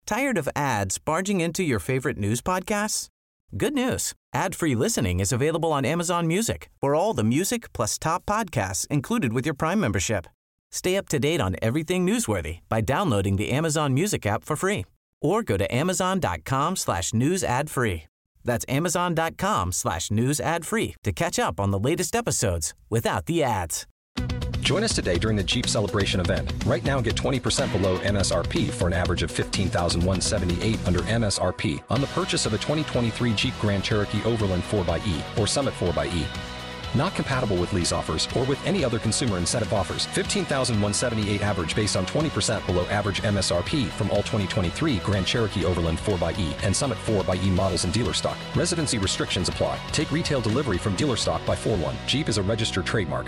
Tired of ads barging into your favorite news podcasts? Good news. Ad-free listening is available on Amazon Music for all the music plus top podcasts included with your Prime membership. Stay up to date on everything newsworthy by downloading the Amazon Music app for free or go to amazon.com/news ad free. That's amazon.com/news ad free to catch up on the latest episodes without the ads. Join us today during the Jeep Celebration event. Right now, get 20% below MSRP for an average of $15,178 under MSRP on the purchase of a 2023 Jeep Grand Cherokee Overland 4xE or Summit 4xE. Not compatible with lease offers or with any other consumer incentive offers. $15,178 average based on 20% below average MSRP from all 2023 Grand Cherokee Overland 4xE and Summit 4xE models in dealer stock. Residency restrictions apply. Take retail delivery from dealer stock by 4/1. Jeep is a registered trademark.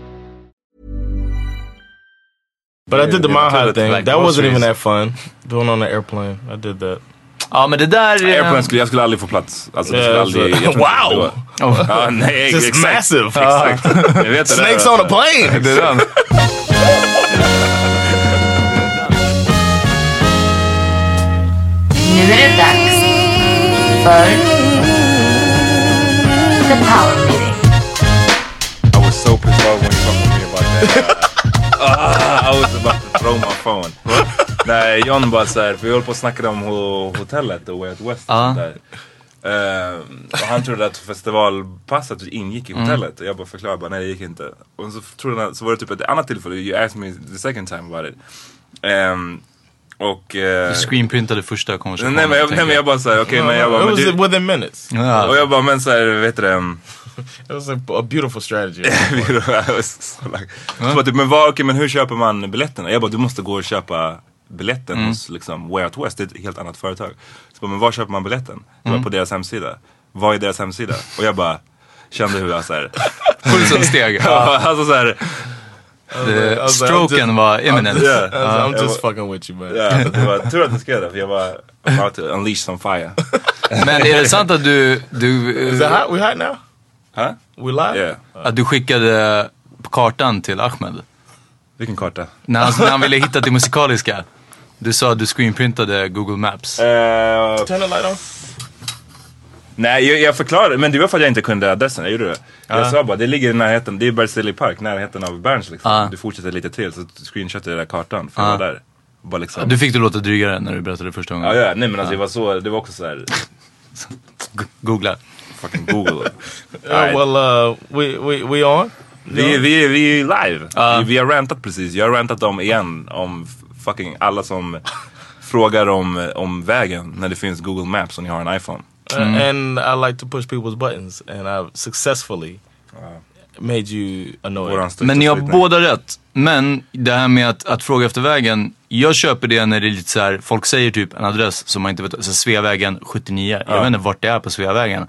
But I did the Mile High thing. That wasn't even that fun. Doing on the airplane. I did that. Ja, men det där... Airplane jag skulle aldrig få plats. Alltså, det skulle aldrig... Wow! Ja, nej, just exakt. Massive. Exakt. Jag vet Snakes on a plane! Det är den. Nu är det dags för The Power Meeting. I was so pissed off when you talked to me about that. I was about to throw my phone. Nej, John bara såhär, för vi håller på att snacka om hotellet och Way Out West och sånt där. Och han trodde att festivalpasset ingick i hotellet. Och jag bara förklarade bara, nej det gick inte. Och så trodde han, så var det typ ett annat tillfälle. You asked me the second time about it. Och du screenprintade första konversationen. Nej men jag bara såhär, okej men jag bara... It was within minutes. Och jag bara, men såhär, vet du det... It was a beautiful strategy. Så typ, men hur köper man biljetterna? Jag bara, du måste gå och köpa biljetten hos liksom Way Out West. Det är ett helt annat företag. Så bara, men var köper man biljetten? Jag bara, på deras hemsida. Vad är deras hemsida? Och jag bara kände hur jag såhär... Pulsen steg. Alltså såhär... Stroken var imminent. I'm just fucking with you, man. Det var tur att du skrev det, för jag var about to unleash some fire. Men är det sant att du Is that hot? We hot now? Huh? We live? Yeah. Att du skickade kartan till Ahmed? Vilken karta? När han ville hitta det musikaliska. Du sa att du screenprintade Google Maps. Turn the light on. Nej, jag förklarade, men det var för att jag inte kunde adressen, jag gjorde det. Jag sa bara, det ligger i närheten, det är Berzelii Park, närheten av Berns liksom. Du fortsätter lite till, så screenshotade jag den där kartan, för jag var där. Bara liksom. Du fick det låta drygare när du berättade det första gången. Ja, nej men alltså det var också så här. Googla. Fucking Google. Well, we on? Vi är live. Vi har rantat precis, jag har rantat om igen, om fucking alla som frågar om vägen när det finns Google Maps och ni har en iPhone. And I like to push people's buttons, and I've successfully made you annoyed. Men ni har båda rätt. Men det här med att fråga efter vägen, jag köper det när det är lite så här, folk säger typ en adress som man inte vet, så Sveavägen 79. Jag vet inte vart det är på Sveavägen.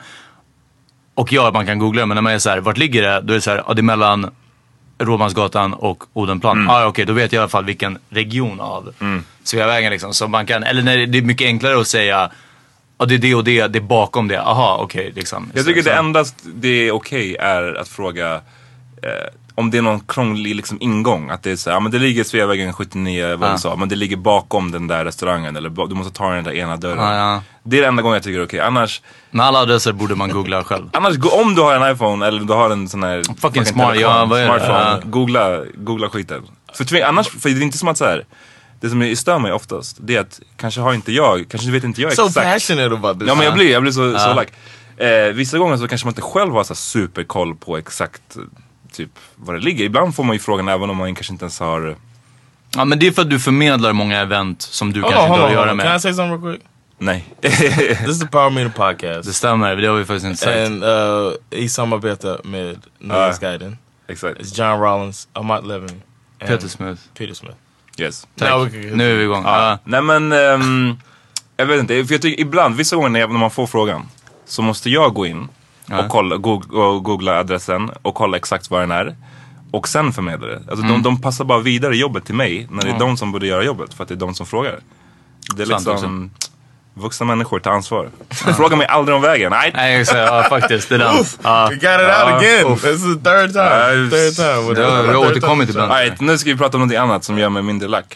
Och man kan googla, men när man är så här, vart ligger det? Då är det så här, det är mellan Rådmansgatan och Odenplan. Okej, då vet jag i alla fall vilken region av Sveavägen liksom. Så man kan, eller när det är mycket enklare att säga, det är det och det är bakom det. Aha, okej, liksom. Jag tycker det endast det är okej är att fråga om det är någon krånglig liksom ingång. Att det är så här, men det ligger Sveavägen 79, vad du sa. Men det ligger bakom den där restaurangen. Eller du måste ta den där ena dörren. Det är den enda gången jag tycker det är okej. Annars... Med alla adresser borde man googla själv. Annars, om du har en iPhone eller du har en sån här... Fucking smartphone. Googla skiten. Annars, för det är inte som att så här... Det som stör mig oftast, det är att kanske vet inte jag exakt. So passionate about this. Ja, men jag blir så like. Vissa gånger så kanske man inte själv har så superkoll på exakt typ vad det ligger. Ibland får man ju frågan även om man kanske inte ens har... Ja, men det är för att du förmedlar många event som du kanske inte har att göra med. Can I say something real quick? Nej. This is the Power Meeting podcast. Det stämmer, det har vi faktiskt inte sagt. And i samarbete med Nöjesguiden. Exakt. It's John Rollins, Amat Levin, Peter Smith. Yes. Nu är vi igång. Nej men, jag vet inte, för jag tycker ibland, vissa gånger när man får frågan så måste jag gå in och googla adressen och kolla exakt var den är. Och sen förmedla det. Alltså de passar bara vidare jobbet till mig när det är de som borde göra jobbet, för att det är de som frågar. Det är liksom vuxna människor tar ansvar. Fråga mig aldrig om vägen. Nej, faktiskt, det är den. We got it out again. This is the third time. Vi har återkommit ibland. Nu ska vi prata om något annat som gör mig mindre lack.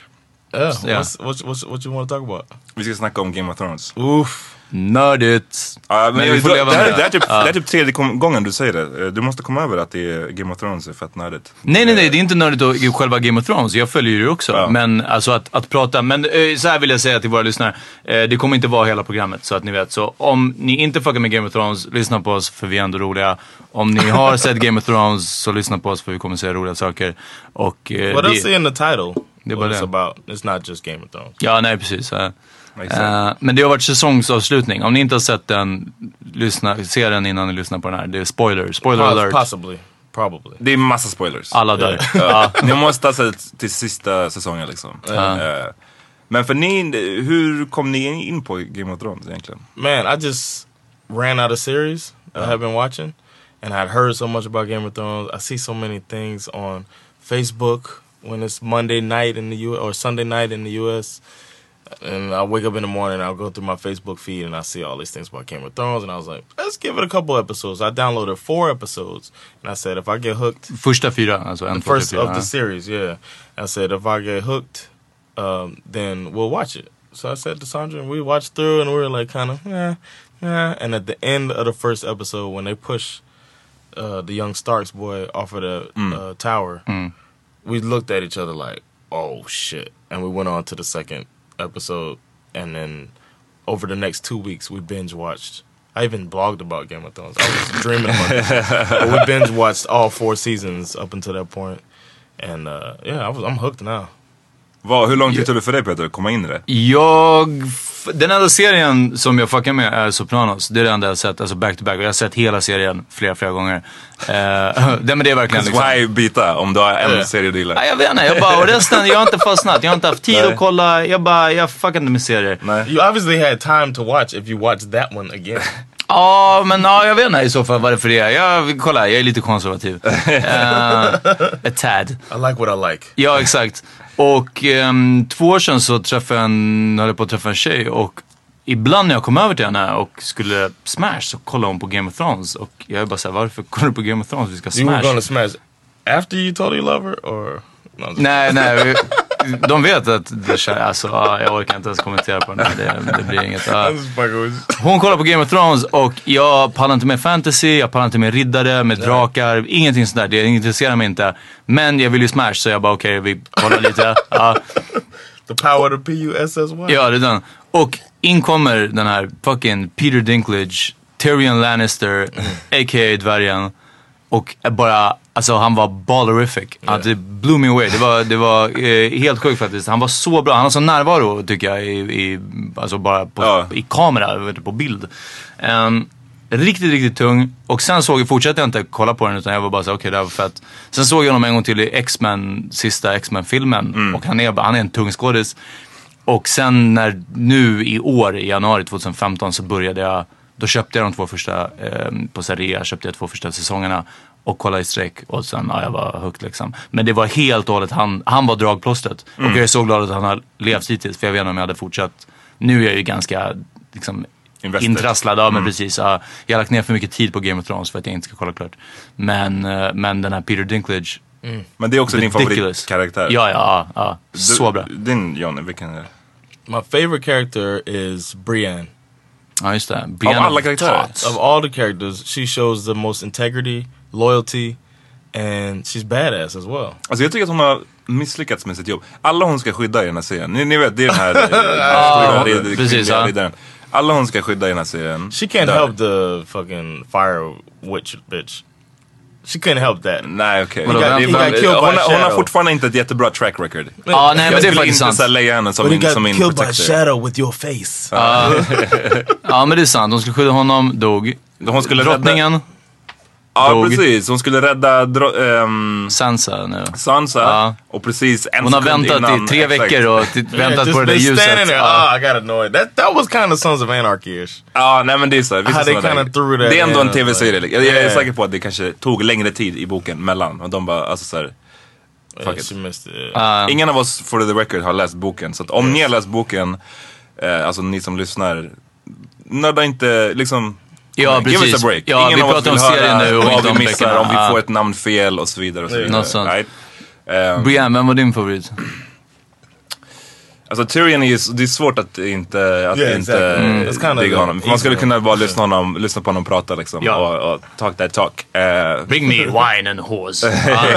Yeah. What you want to talk about? Vi ska snacka om Game of Thrones. Oof. Nördigt. Ja, men vi får leva med det är typ tredje gången du säger det. Du måste komma över att det är Game of Thrones är fett nördigt. Nej, det är inte nördigt att själva Game of Thrones. Jag följer ju det också. Ja. Men alltså att prata, men så här vill jag säga till våra lyssnare. Det kommer inte vara hela programmet så att ni vet. Så om ni inte fuckar med Game of Thrones, lyssna på oss för vi är ändå roliga. Om ni har sett Game of Thrones så lyssna på oss för vi kommer säga roliga saker. Och what else in the title? Det var it's about. It's not just Game of Thrones. Ja, nej precis. Men det har varit säsongsavslutning. Om ni inte har sett den, se den innan ni lyssnar på den här. Det är spoiler alert. Probably. Det är massa spoilers. Alla där. Ni måste se till sista säsongen liksom. Men för ni, hur kom ni in på Game of Thrones egentligen? Man, I just ran out of series I have been watching. And I'd heard so much about Game of Thrones. I see so many things on Facebook when it's Monday night in the US or Sunday night in the US. And I wake up in the morning and I'll go through my Facebook feed and I see all these things about Game of Thrones and I was like, let's give it a couple episodes. I downloaded 4 episodes and I said if I get hooked... Första 4, alltså the first of the series, yeah. I said if I get hooked, then we'll watch it. So I said to Sandra and we watched through and we were like kind of, And at the end of the first episode when they push the young Starks boy off of the tower, we looked at each other like, oh shit. And we went on to the second episode, and then over the next 2 weeks we binge watched. I even blogged about Game of Thrones. I was dreaming about it. But we binge watched all 4 seasons up until that point. And I'm hooked now. Hur lång tid tog det för dig, Peter, att komma in i det? Den enda serien som jag fuckar med är Sopranos. Det är det enda jag har sett, alltså back to back. Och jag har sett hela serien flera gånger. Men det är verkligen liksom... Why byta om du har en serie du gillar? Jag vet inte, och resten, jag har inte fastnat. Jag har inte haft tid att kolla. Jag fuckar inte med serier. You obviously had time to watch if you watched that one again. Jag vet inte i så fall varför det är. Jag är lite konservativ. A tad. I like what I like. Ja, exakt. Och 2 år sedan så höll jag på att träffa en tjej och ibland när jag kom över till henne och skulle smash så kollade hon på Game of Thrones och jag är bara såhär, varför kollar du på Game of Thrones? Vi ska smash. You were gonna smash after you told you love her or? No, nej, de vet att det alltså, jag orkar inte ens kommentera på den här, det blir inget. Hon kollar på Game of Thrones och jag pallar inte med fantasy, jag pallar inte med riddare, med drakar, ingenting sånt där, det intresserar mig inte. Men jag vill ju smash så jag bara okej, vi kollar lite. The power of PUSSY. Ja, det är den. Och in kommer den här fucking Peter Dinklage, Tyrion Lannister, a.k.a. dvärgen. Och bara, alltså han var ballerific. Det blew me away. Det var helt sjukt faktiskt. Han var så bra. Han har sån närvaro tycker jag alltså bara i kamera, på bild. Riktigt tung. Och sen fortsatte jag inte kolla på den utan jag var bara så okej, det här var fett. Sen såg jag honom en gång till i sista X-Men-filmen. Och han är en tung skådis. Och sen nu i år, i januari 2015 så började jag. Då köpte jag de 2 första på Seria, köpte jag 2 första säsongerna och kollade i sträck och sen jag var hooked liksom. Men det var helt och hållet, han var dragplåstret. Och jag är så glad att han har levt hittills för jag vet inte om jag hade fortsatt. Nu är jag ju ganska liksom intrasslad men precis. Jag har lagt ner för mycket tid på Game of Thrones för att jag inte ska kolla klart. Men den här Peter Dinklage. Men det är också din favoritkaraktär. Ja. Så bra. Din Johnny, vilken är det? My favorite character is Brienne. Ja, just det. Av alla karaktärer? Of all the characters, she shows the most integrity, loyalty, and she's badass as well. Alltså jag tycker att hon har misslyckats med sitt jobb. Alla hon ska skydda i den här serien. Ni vet, det är den här... precis, alla hon ska skydda i den här serien. She can't help the fucking fire witch bitch. She couldn't help that. Nej, okej. Hon har fortfarande inte ett jättebra track record. Nej, men det är faktiskt sant. Jag skulle inte lägga henne som min protector. But he got killed by shadow with your face. Ja, men det är sant. De skulle skydda honom, dog. Hon skulle drottningen. Ja, precis. Hon skulle rädda Sansa nu. Och precis hon har väntat i 3 veckor och väntat på det där ljuset. I got annoyed. That was kind of Sons of Anarchy-ish. Ja, nej men det är så. Det är ändå en tv-serie. Jag är säker på att det kanske tog längre tid i boken mellan. Och de bara, alltså såhär... Ingen av oss, for the record, har läst boken. Så att om ni har läst boken, alltså ni som lyssnar, nörda inte liksom... Ja, precis. Give us a break. Ja, ingen vi pratar om serien nu och vad inte om vi missar, böckerna. om vi får ett namn fel och så vidare. Och så vidare. Något sånt. Brienne, vem var din favorit? Alltså Tyrion det är svårt att inte digga honom. För man skulle kunna bara lyssna på honom prata liksom och talk that talk. Bring me wine and horse.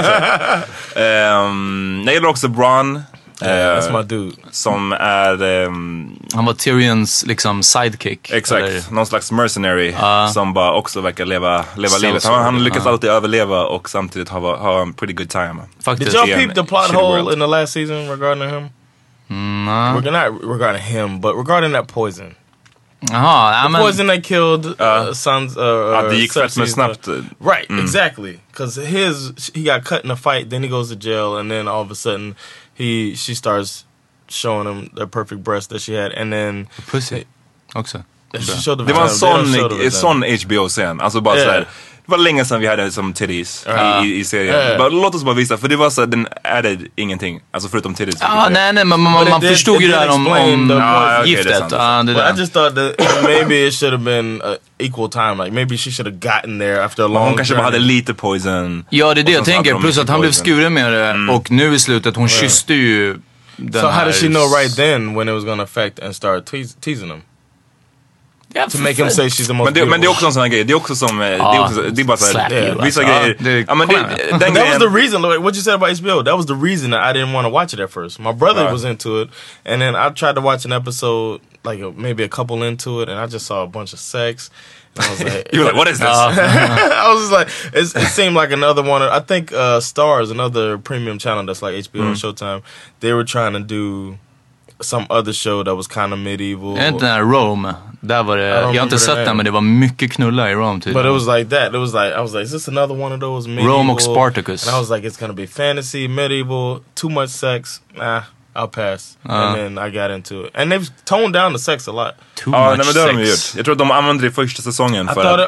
Jag gillar också Bronn. That's my dude. Som är... han var Tyrions liksom sidekick. Exakt, eller? Någon slags mercenary som bara också verkar leva livet. Han lyckas alltid överleva och samtidigt ha en pretty good time. Did y'all peep the plot hole in the last season regarding him? No. Not regarding him, but regarding that poison. Jaha, the poison that killed sons. Det gick fett med snabbt. Right, exactly. Because he got cut in a fight, then he goes to jail, and then all of a sudden she starts showing him the perfect breast that she had, and then pussy också. Det var en sån HBO-scen. Alltså bara såhär. Det var länge sedan vi hade som titties i serien. Låt oss bara visa, för det var så den added ingenting. Alltså förutom titties. Nej, men man förstod ju där om giftet. I just thought that maybe it should have been equal time. Like maybe she should have gotten there after a long hon kanske bara hade lite poison. Ja, det är det jag tänker. Plus att han blev skuren med det. Och nu i slutet, hon kysste ju den. So how did she know right then when it was gonna affect and start teasing him? Yeah, to make him say she's the most men det är också en sån här grej. Det är också som det är bara så här vissa grejer. That was the reason, like, what you said about HBO. That was the reason that I didn't want to watch it at first. My brother was into it, and then I tried to watch an episode, like maybe a couple into it, and I just saw a bunch of sex. And I was like, you were like, what is this? I was just like, it seemed like another one. I think Starz, another premium channel that's like HBO and Showtime, they were trying to do some other show that was kind of medieval. Inte den här Rome. Där var det, jag har inte sett den, men det var mycket knulla i Rome typ. But it was like that. It was like, I was like, is this another one of those medieval? Rome och Spartacus. And I was like, it's gonna be fantasy, medieval, too much sex. Nah, I'll pass. And then I got into it. And they've toned down the sex a lot. Too much sex. Jag tror att de använde det i första säsongen för att...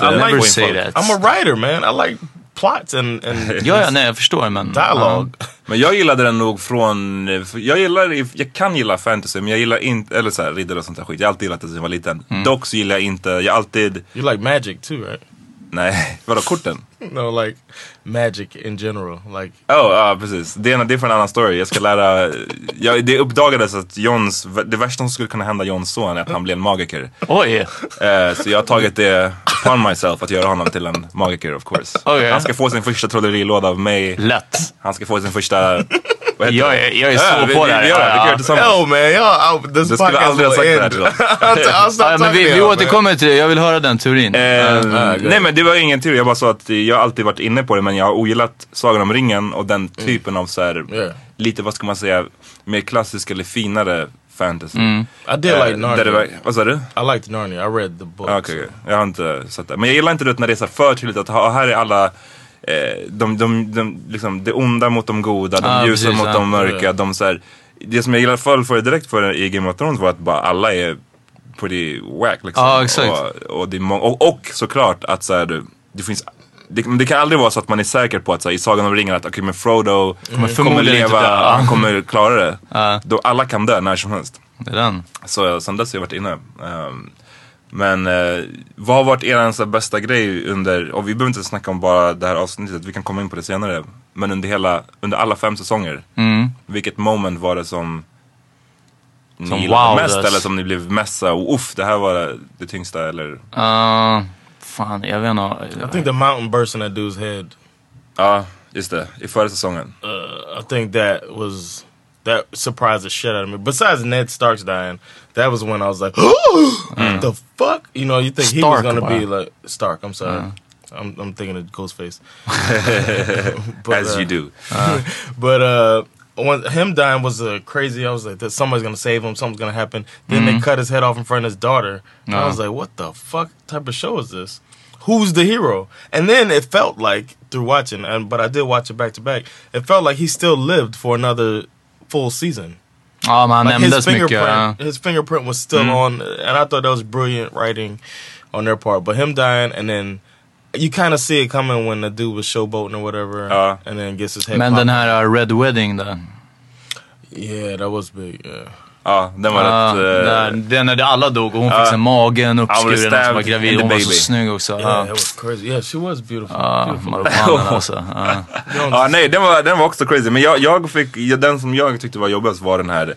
I'm a writer, man. I like plots and ja, nej, jag förstår, men dialogue. Men jag gillade den nog från... Jag kan gilla fantasy, men jag gillar inte... Eller såhär, riddare och sånt där skit. Jag har alltid gillat det sen jag var liten. Dock så gillar jag inte... Jag alltid... You like magic too, right? Nej, vadå, korten? No, like magic in general. Like... precis. Det är för en annan story. Jag ska lära... det uppdagades att det värsta som skulle kunna hända Jons son är att han blir en magiker. Oj! Så jag har tagit det upon myself att göra honom till en magiker, of course. Han ska få sin första trollerilåda av mig. Lätt. Han ska få sin första... Jag är så på det här. Vi gör det tillsammans. Oh man, this du skulle aldrig ha sagt det här till oss. Men vi återkommer till det. Jag vill höra den teorin. Nej, men det var ingen teori. Jag bara sa att jag har alltid varit inne på det, men jag har ogillat Sagan om ringen och den typen av så här, lite, vad ska man säga, mer klassisk eller finare fantasy. I did like Narnia. Vad sa du? I liked Narnia. I read the book. Okay. Jag har inte sett det. Men jag gillar inte det när det är så för tydligt att här är alla liksom, det onda mot de goda, de ljusa mot de mörka, de så här, det som jag gillar för direkt för i Game of Thrones var att bara alla är pretty whack liksom. Exakt. Och såklart att så här, det finns det kan aldrig vara så att man är säker på att så här, i Sagan om ringen att men Frodo kommer leva, han kommer klara det. Då alla kan dö när som helst. Det är den. Så sen dess har jag varit inne. Men vad har varit er bästa grej under, och vi behöver inte snacka om bara det här avsnittet, vi kan komma in på det senare, men under alla 5 säsonger, vilket moment var det som ni gillade mest, eller som ni blev mest det här var det tyngsta, eller? Fan, jag vet inte. I think the mountain burst in that dude's head. Ja, just det, i förra säsongen. I think that surprised the shit out of me. Besides Ned Stark's dying, that was when I was like, the fuck? You know, you think Stark, he was gonna be like Stark. I'm sorry, I'm thinking of Ghostface. But, as you do. But when him dying was crazy. I was like, somebody's gonna save him. Something's gonna happen. Then they cut his head off in front of his daughter. I was like, what the fuck type of show is this? Who's the hero? And then it felt like through watching, but I did watch it back to back. It felt like he still lived for another full season. Man, like his fingerprint was still on, and I thought that was brilliant writing on their part. But him dying, and then you kind of see it coming when the dude was showboating or whatever, and then gets his head. Men den här Red Wedding då? Yeah, that was big. Yeah. Ja, den var rätt... Den när alla dog och hon fick sig magen uppskuren och som var gravid. Hon var så snygg också. Yeah, it was crazy. Yeah, she was beautiful. Marockanen alltså. Nej, den var också crazy. Men jag fick... Den som jag tyckte var jobbigast var den här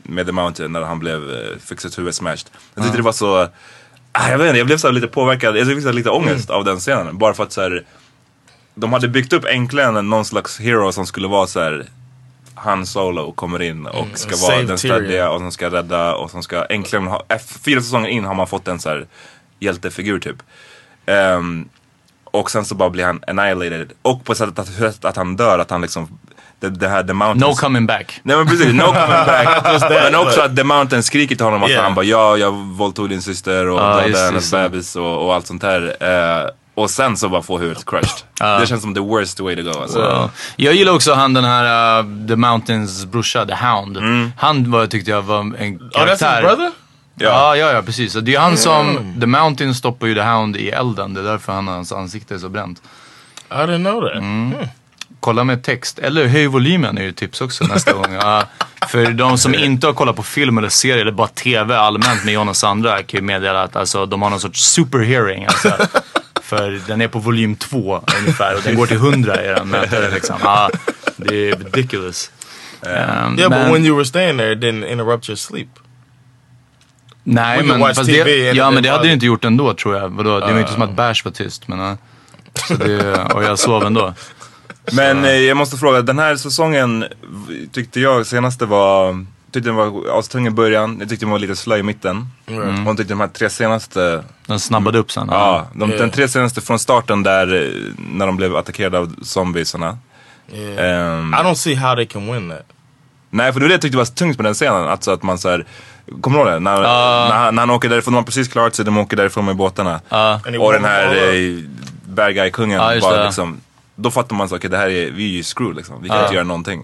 med The Mountain när han fick sitt huvud smashed. Jag tyckte det var så... jag vet inte, jag blev så lite påverkad. Jag fick så lite ångest av den scenen. Bara för att så här, de hade byggt upp äntligen någon slags hero som skulle vara så här... Han Solo kommer in och ska vara den stöddiga och som ska rädda och som ska äntligen ha... 4 säsonger in har man fått en så här hjältefigur typ. Och sen så bara blir han annihilated. Och på sättet att han dör, att han liksom... Det här The Mountain... No coming back. Nej men precis, no coming back. Men också att The Mountain skriker till honom att han bara jag våldtog din syster och dödade hennes bebis och allt sånt här. Och sen så bara få huvudet crushed. Det känns som the worst way to go alltså. Jag gillar också han den här The Mountains brorsa, The Hound. Han tyckte jag var en karaktär. That's his brother? Ja, precis. Det är han som, The Mountain stoppar ju The Hound i elden. Det är därför hans ansikte är så bränt. I didn't know that. Kolla med text, eller höj volymen är ju tips också nästa gång. För de som inte har kollat på film eller serie eller bara tv allmänt med John och Sandra kan ju meddela att alltså, de har någon sorts superhearing alltså. För den är på volym 2 ungefär och den går till 100 i den mätare liksom. Det är ridiculous. But when you were staying there it didn't interrupt your sleep. Nej, men fast men det hade du inte gjort ändå tror jag. Vadå? Det var ju inte som att Bash var tyst, men så och jag sov ändå. Men jag måste fråga, den här säsongen tyckte jag senaste tyckte den var astung i början. Jag tyckte den var lite slö i mitten. Och tyckte de här 3 senaste... Den snabbade upp sen. Ja, den 3 senaste från starten där när de blev attackerade av zombiesarna. I don't see how they can win that. Nej, för det tyckte jag var tungt på den scenen. Alltså att man så här... Kommer du ihåg det? När han åker därifrån, de har precis klarat sig, de åker därifrån med båtarna. Och den här bad guy-kungen bara liksom... Då fattar man så att det här är, vi är ju screwed liksom. Vi kan inte göra någonting.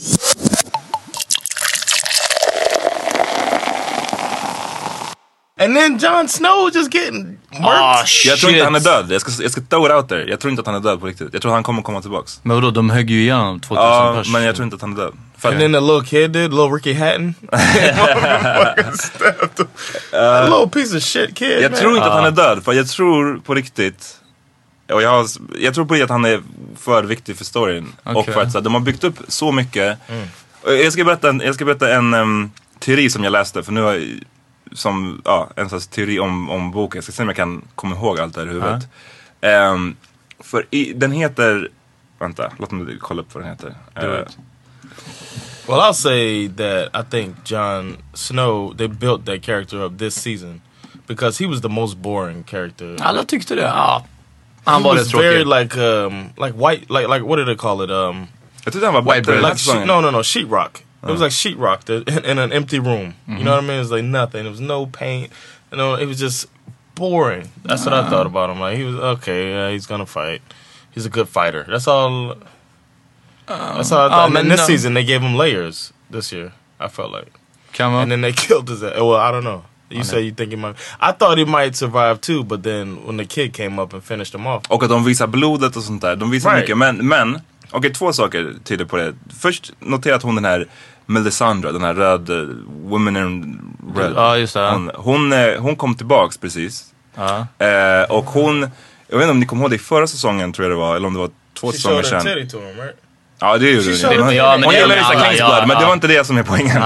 And then Jon Snow just getting murked. Jag tror inte han är död. Jag ska throw it out there. Jag tror inte att han är död på riktigt. Jag tror att han kommer komma tillbaks. Men vadå, de högg ju igenom 2000 pers. Men jag tror inte att han är död. And then the little kid did, little Ricky Hatton. A little piece of shit kid. Jag tror inte att han är död. För jag tror på riktigt... Och jag tror på att han är för viktig för storyn. Okay. Och för att så, de har byggt upp så mycket. Jag ska berätta en teori som jag läste. För nu har jag en slags teori om boken. Jag ska se om jag kan komma ihåg allt det här i huvudet. För den heter... Vänta, låt mig kolla upp vad den heter. Well, I'll say that I think Jon Snow, they built that character up this season. Because he was the most boring character. Alla tyckte det, Han was very like white, like what did they call it? Jag tyckte han var white bread. Like no, sheetrock. It was like sheetrock in an empty room. You know what I mean? It was like nothing. There was no paint. You know, it was just boring. That's what I thought about him. Like he was he's gonna fight. He's a good fighter. That's all. That's all. And then this season they gave him layers. This year, I felt like. And then they killed his. Well, I don't know. You say you think he might... I thought he might survive too, but then when the kid came up and finished him off. Och att de visar blodet och sånt där. De visar mycket. Men okej, 2 saker tyder på det. Först notera att hon den här Melisandre, den här röd Women in Red. Ja, just det. Hon kom tillbaks precis. Och hon... Jag vet inte om ni kommer ihåg det i förra säsongen tror jag det var. Eller om det var 2 säsonger sedan. She showed a titty to him, right? Ja, det gjorde hon. Hon gillar Lisa Kingsblood, men det var inte det som är poängen.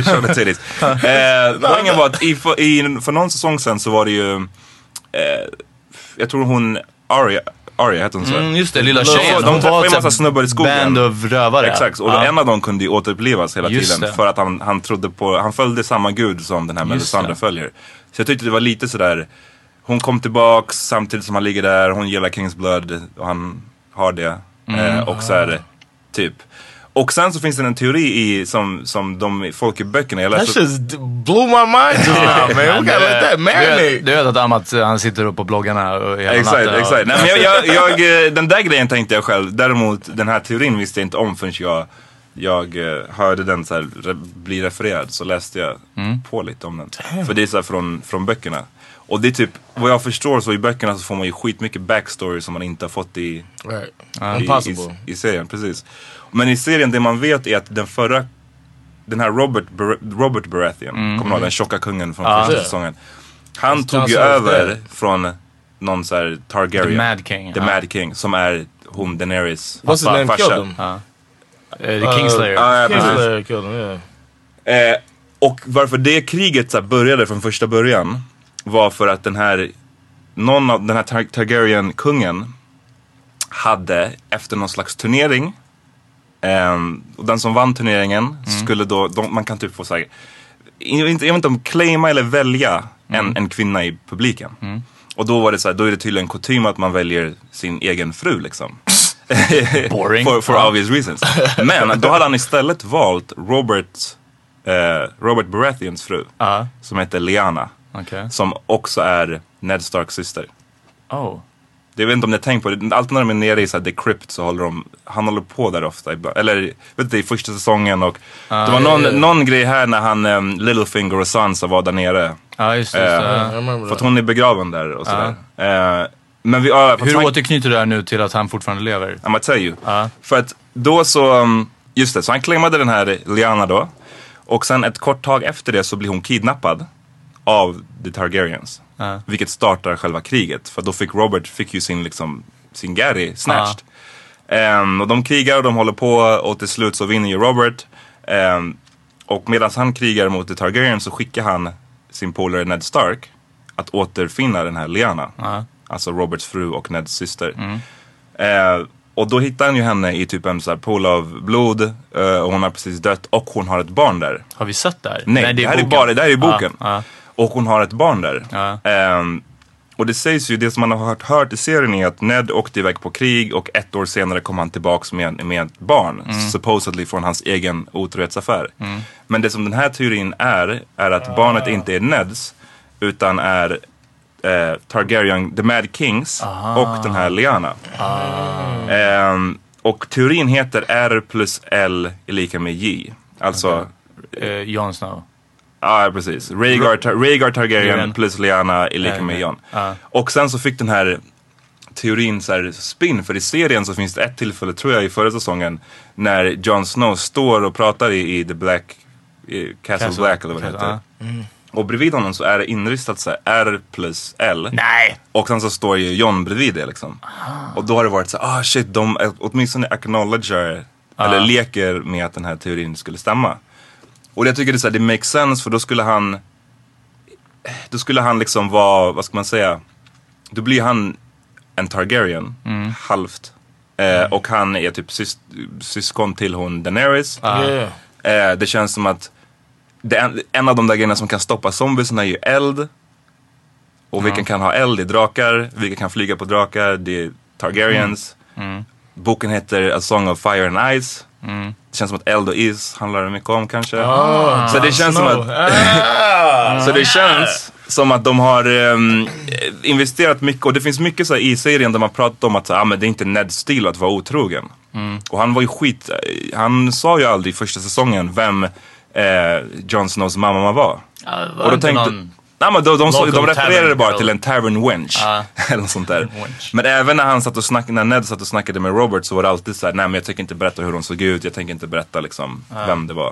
Poängen var att för någon säsong sen så var det ju jag tror hon Arya hette hon så. Just det, lilla tjejen. De träffade en massa snubbar i skogen. Band of rövare. Exakt, och en av dem kunde ju återupplivas hela tiden. För att han trodde på, han följde samma gud som den här Melisandre följer. Så jag tyckte det var lite sådär, hon kom tillbaks samtidigt som han ligger där. Hon gillar Kingsblood och han har det. Och så är det typ. Och sen så finns det en teori som de folk i böckerna. That just blew my mind just now, man. We gotta let that marinate. Du vet att Amat, han sitter upp på bloggarna och hela natten. Exakt. Nej, men jag den där grejen tänkte jag själv. Däremot den här teorin visste jag inte om förrän jag hörde den så här bli refererad. Så läste jag på lite om den. För det är så här från böckerna. Och det är typ, vad jag förstår så i böckerna så får man ju skitmycket backstory som man inte har fått i serien, precis. Men i serien det man vet är att den här Robert Baratheon, kommer du ihåg den tjocka kungen från första säsongen. Han tog ju över från någon så här Targaryen. The Mad King, som är hon Daenerys What's his name killed him? The Kingslayer. Kingslayer killed him, yeah. Och varför det kriget så här började från första början var för att den här Targaryen-kungen hade efter någon slags turnering, och den som vann turneringen skulle då, man kan typ få så här, jag vet inte om claima eller välja en kvinna i publiken. Och då var det så här, då är det tydligen kutym att man väljer sin egen fru liksom. Boring. for obvious reasons. Men då hade han istället valt Robert Baratheons fru, som heter Lyanna. Okay. Som också är Ned Starks syster. Oh. Jag vet inte om ni har tänkt på det. Alltid när de är nere i så här, The Crypt så han håller på där ofta. Eller vet du, i första säsongen. Och det var någon grej här när han Littlefinger och Sansa var där nere. Ja, just det. För att hon är begraven där och sådär. Men hur återknyter det här nu till att han fortfarande lever? I'm gonna tell you. För att då så, just det, så han claimade den här Lyanna då. Och sen ett kort tag efter det så blir hon kidnappad av the Targaryens. Vilket startar själva kriget. För då fick Robert ju sin Gary snatched. Och de krigar och de håller på. Och till slut så vinner ju Robert. Och medan han krigar mot the Targaryens så skickar han sin polare Ned Stark att återfinna den här Lyanna. Alltså Roberts fru och Neds syster. Och då hittar han ju henne i typ en så här pool av blod. Och hon har precis dött. Och hon har ett barn där. Har vi sett det här? Nej, det här är boken. Och hon har ett barn där. Och det sägs ju, det som man har hört i serien är att Ned åkte iväg på krig. Och 1 år senare kom han tillbaks med ett barn. Supposedly från hans egen otrohetsaffär. Men det som den här teorin är att barnet inte är Neds. Utan är Targaryen, the Mad Kings och den här Lyanna. Och teorin heter R plus L är lika med J. Alltså Jon Snow. Ja, precis. Rhaegar Targaryen plus Lyanna är lika med Jon. Och sen så fick den här teorin så här spin, för i serien så finns det ett tillfälle, tror jag, i förra säsongen när Jon Snow står och pratar i The Black Castle Black eller vad det heter. Och bredvid honom så är det inristat så här R plus L. Nej! Och sen så står ju Jon bredvid det liksom. Och då har det varit så här, shit, de åtminstone acknowledger eller leker med att den här teorin skulle stämma. Och jag tycker det är så här, det makes sense, för då skulle han liksom vara, vad ska man säga, då blir han en Targaryen halvt. Och han är typ syskon till hon Daenerys. Det känns som att en av de där grejerna som kan stoppa zombiesarna är ju eld. Och vilka kan ha eld är drakar. Vilka kan flyga på drakar, det är Targaryens. Boken heter A Song of Fire and Ice. Det känns som att eld och is handlar det mycket om kanske. Så det känns som att så det känns som att de har investerat mycket. Och det finns mycket så här i serien där man pratar om att men det är inte Neds stil att vara otrogen. Och han var ju han sa ju aldrig i första säsongen vem Jon Snows mamma var. Och då tänkte men de refererade bara till en tavern wench eller något sånt där. Men även när han satt och snackade, när Ned satt och snackade med Robert, så var det alltid så här: nej, men jag tänker inte berätta hur hon såg ut, jag tänker inte berätta liksom vem det var.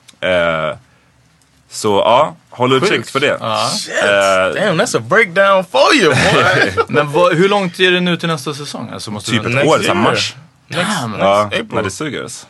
Så ja, håll utkik för det. Damn, that's a breakdown for you, boy. Men hur långt är det nu till nästa säsong? Alltså, måste typ ett år, så mars. April. När det suger.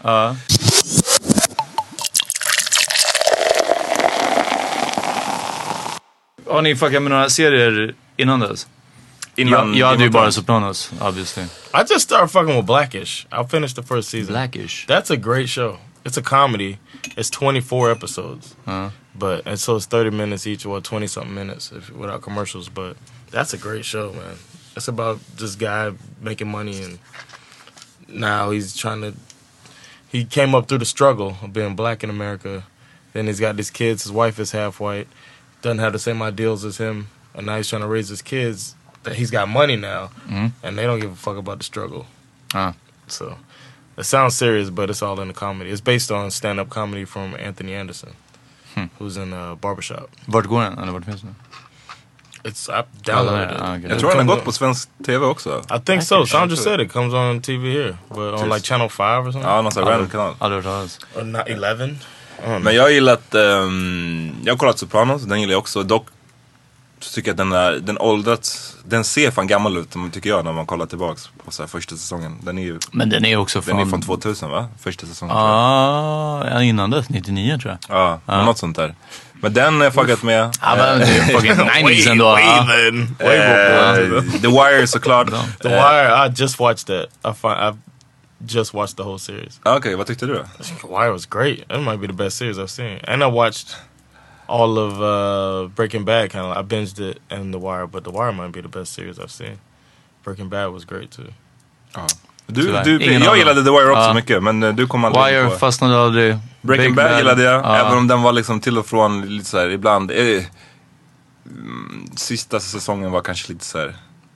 Har ni fuckat med några serier innan dess? Jag hade ju bara Sopranos, obviously. I just started fucking with Blackish. I finished the first season. Blackish? That's a great show. It's a comedy. It's 24 episodes. But and so it's 30 minutes each, or 20-something minutes without commercials. But that's a great show, man. It's about this guy making money, and now he's he came up through the struggle of being black in America. Then he's got these kids. His wife is half white. Doesn't have the same ideals as him. And now he's trying to raise his kids. That he's got money now. And they don't give a fuck about the struggle. So it sounds serious, but it's all in the comedy. It's based on stand-up comedy from Anthony Anderson. Who's in Barbershop. Vart går den? Eller vart finns den? I downloaded it. Okay. Jag tror den har gått på svensk TV också. I think so. Sandra said it comes on TV here. But on like Channel 5 or something. Ja, någon sån här random kanal. Aldrig hört talas. Or not 11. Men jag har gillat, jag har kollat Sopranos, den gillar jag också. Dock så tycker jag att den åldrats, den ser fan gammal ut tycker jag när man kollar tillbaks på så här första säsongen. Men den är också den är från 2000 va? Första säsongen. Ja, innan dess, 99 tror jag. Ja, något sånt där. Men den är fuckat med. Ja, men det är fucking 90s ändå. The Wire såklart. The Wire, I just watched that. I've just watched the whole series. Okej, vad tyckte du? I think The Wire was great. It might be the best series I've seen. And I watched all of Breaking Bad kind of. I binged it and The Wire, but The Wire might be the best series I've seen. Breaking Bad was great too. Jag gillade The Wire också mycket, men du kom aldrig Wire på. fastnade aldrig. Breaking Bad gillade jag, även om den var liksom till och från lite så här ibland. Sista säsongen var kanske lite så här.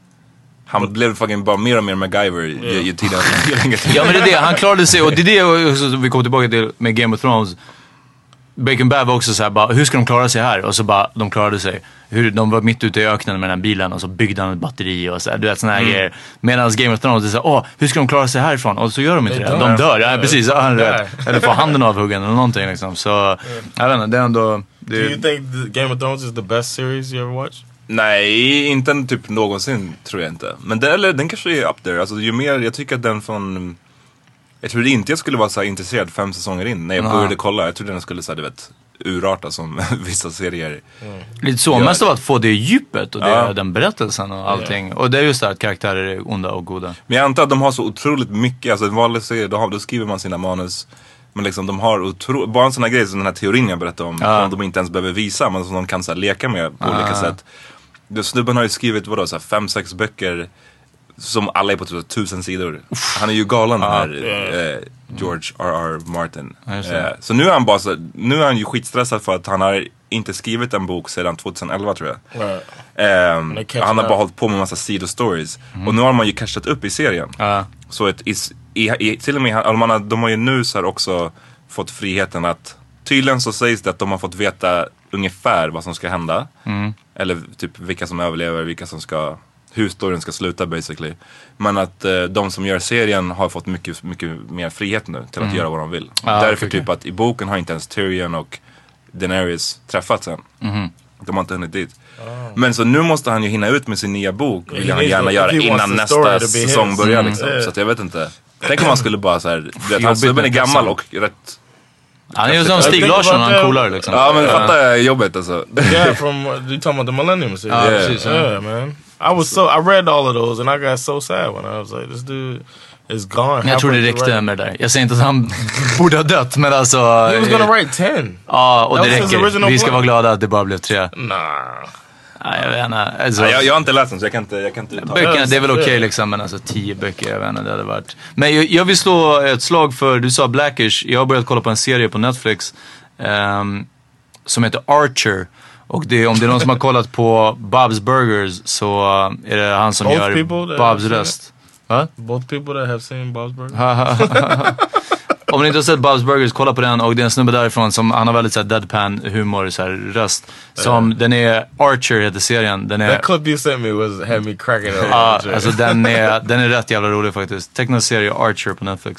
Han blev fucking bara mer och mer MacGyver i tiden. Ja, men det är det, han klarade sig, och det är det vi kommer tillbaka till med Game of Thrones. Breaking Bad var också så här, bara, hur ska de klara sig här? Och så bara, de klarade sig. De var mitt ute i öknen med den här bilen och så byggde han ett batteri och så här, du vet, såna här grejer. Medan Game of Thrones är så här, hur ska de klara sig härifrån? Och så gör de inte det. De dör, ja, precis. Eller får handen avhuggen eller någonting liksom. Så, jag vet inte, det är ändå... Do you think Game of Thrones is the best series you ever watched? Nej, inte typ någonsin tror jag inte. Men den kanske är up there. Alltså ju mer, jag tycker att den från... Jag trodde inte jag skulle vara så här intresserad 5 säsonger in när jag började kolla. Jag trodde den skulle så här, du vet, urarta som vissa serier. Lite så, mest av att få det djupet och den berättelsen och allting. Och det är just det att karaktärer är onda och goda. Men jag antar att de har så otroligt mycket, alltså en vanlig serie, då skriver man sina manus. Men liksom de har bara en sån här grej som den här teorin jag berättade om, som de inte ens behöver visa, men som de kan så här leka med på olika sätt. Snubben har ju skrivit 5-6 böcker som alla är på 1000 sidor. Han är ju galen här, George R.R. Martin. Så nu är han bara nu är han ju skitstressad för att han har inte skrivit en bok sedan 2011 tror jag. Han har bara hållit på med en massa sidostories. Och nu har man ju catchat upp i serien. Så till och med de har ju nu så här också fått friheten att tydligen så sägs det att de har fått veta ungefär vad som ska hända. Eller typ vilka som överlever, vilka som ska, hur storyn ska sluta basically. Men att de som gör serien har fått mycket, mycket mer frihet nu till att göra vad de vill. Därför typ att i boken har inte ens Tyrion och Daenerys träffats än. De har inte hunnit dit. Men så nu måste han ju hinna ut med sin nya bok. Vill han gärna göra innan nästa säsong börjar liksom. Så att jag vet inte. Tänk om man skulle bara såhär, han är gammal och rätt... Han är ju som Stig Larsson, han coolare liksom. Ja, men fatta jobbet alltså. Yeah, from you talking about the Millennium series? Yeah, man. I read all of those and I got so sad when I was like, this dude is gone. Men jag tror det räckte med det där. Jag säger inte att han borde ha dött, men alltså... He was gonna write 10. Ja, och det räcker. Vi ska vara glada att det bara blev 3. Nah. Nej, jag vet inte. Alltså, jag har inte läst dem så jag kan inte böckerna, det är väl okej liksom, men alltså 10 böcker, jag vet inte, det hade varit. Men jag vill slå ett slag för, du sa Blackish, jag har börjat kolla på en serie på Netflix som heter Archer. Och om det är någon som har kollat på Bob's Burgers så är det han som gör Bobs röst. Both people that have seen Bob's Burgers? Om ni inte har sett Bob's Burgers, kolla på den. Och det är en snubbe därifrån som, han har väldigt så här deadpan humor, så här röst. Som, den är Archer heter serien. Den är, that clip you sent me had me cracking up. Alltså den är rätt jävla rolig faktiskt. Tecknad serie Archer på Netflix.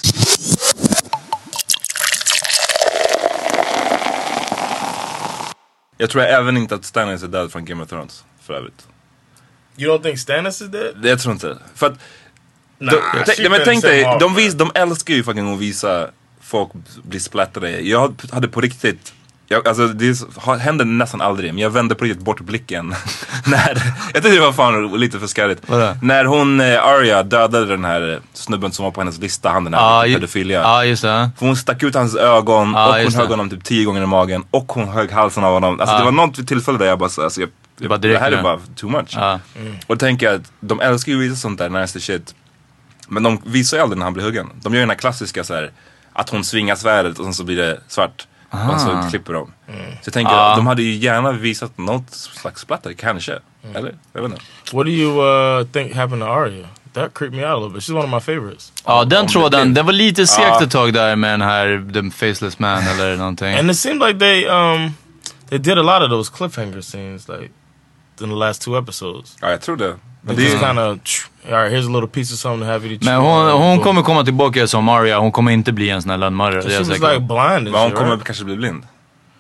Jag tror även inte att Stannis är död från Game of Thrones, för övrigt. You don't think Stannis is dead? Jag tror inte. För att men tänk dig, de älskar ju fucking att visa folk bli splattade. Jag hade på riktigt, alltså det händer nästan aldrig, men jag vände på riktigt bort blicken när, jag tyckte det var fan lite för skarrigt. När hon, Arya, dödade den här snubben som var på hennes lista, han den här pedofilia. Ja, just det. För hon stack ut hans ögon och hon högg honom typ 10 gånger i magen och hon högg halsen av honom. Alltså det var något tillfälle där jag bara, alltså, det här är bara too much. Och då tänker jag att de älskar ju att visa sånt där nasty shit. Men de visar ju aldrig när han blir huggen. De gör ju den här klassiska så här, att hon svingar svärdet och sen så blir det svart. Och så klipper de. Så jag tänker att de hade ju gärna visat något slags splatter, kanske. Eller? Jag vet inte. What do you think happened to Arya? That creeped me out a little bit. She's one of my favorites. Ja, den tråden, den var lite segt ett tag där med den här The Faceless Man eller någonting. And it seemed like they did a lot of those cliffhanger scenes like in the last 2 episodes. Ja, jag tror det. Men det är kind of, alright, here's a little piece of something to have you to. Men hon kommer komma tillbaka som Arya. Hon kommer inte bli en sån här lönnmörare. She was like blind. Men hon kommer kanske bli blind.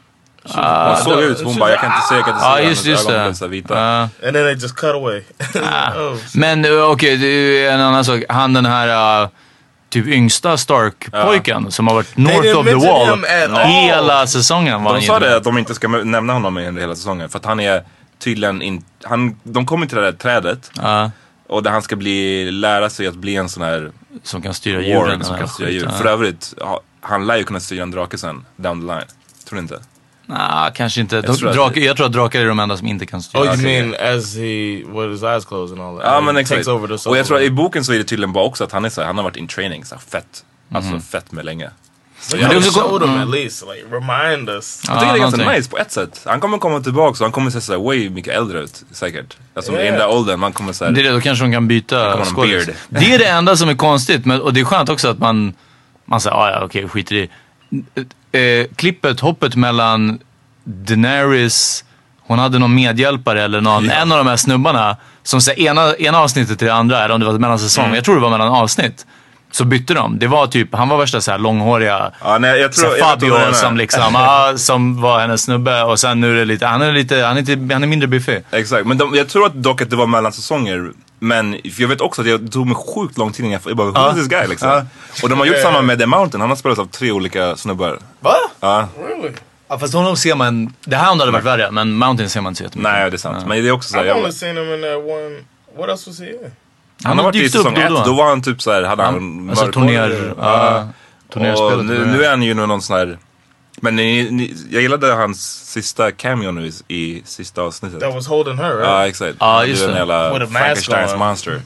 Hon såg ut, hon bara, jag kan inte se hennes just ögon det. blev så vita. And then they just cut away. Men okej, det är en annan sak. Han den här typ yngsta Stark-pojken som har varit North of the Wall hela säsongen. De sa det att de inte ska nämna honom under hela säsongen. För att han är tydligen de kommer till det där trädet. Och där han ska lära sig att bli en sån här som kan styra djuren. Som kan styra djur. För övrigt, han lär ju kunna styra en drake sen, down the line. Tror du inte? Nej, kanske inte. Jag tror att drakar är de enda som inte kan styra. Oh, you mean as he, with his eyes closed and all that? Ja, men exakt. Och jag tror att i boken så är det tydligen bara också att han är så här, han har varit in training, så här, fett. Alltså fett med länge. So you showed him at least, like remind us. Jag tycker det är ganska nice på ett sätt. Han kommer komma tillbaka och han kommer se såhär way mycket äldre ut säkert. Alltså i den där åldern, man kommer såhär. Det är det, då kanske de kan byta skådis. Det är det enda som är konstigt, och det är skönt också att man säger, okej, skiter i. Klippet, hoppet mellan Daenerys, hon hade någon medhjälpare eller en av de här snubbarna som säger ena avsnittet till det andra, eller om det var mellan säsong. Jag tror det var mellan avsnitt. Så bytte de. Det var typ, han var värsta så här långhåriga Fabio som liksom som var hennes snubbe, och sen nu är det lite han är mindre buffé. Exakt, men jag tror dock att det var mellan säsonger. Men jag vet också att det tog mig sjukt lång tid innan jag bara, who is this guy liksom? Och de har gjort samma med The Mountain. Han har spelat av 3 olika snubbar. Va? Ja. Really? Ja, fast honom ser man, det här hade varit värre, men Mountain ser man inte så jättemycket. Nej, det är sant. Men det är också så här, I've only seen him in that one. What else was he in? Han har varit i säsong 1, då var han typ såhär, hade han alltså turnerspelet. Nu är han ju någon sån här. Men jag gillade hans sista cameo nu i sista avsnittet. That was holding her, right? Ja, exakt. Just det. With a mask Frankenstein's on. monster.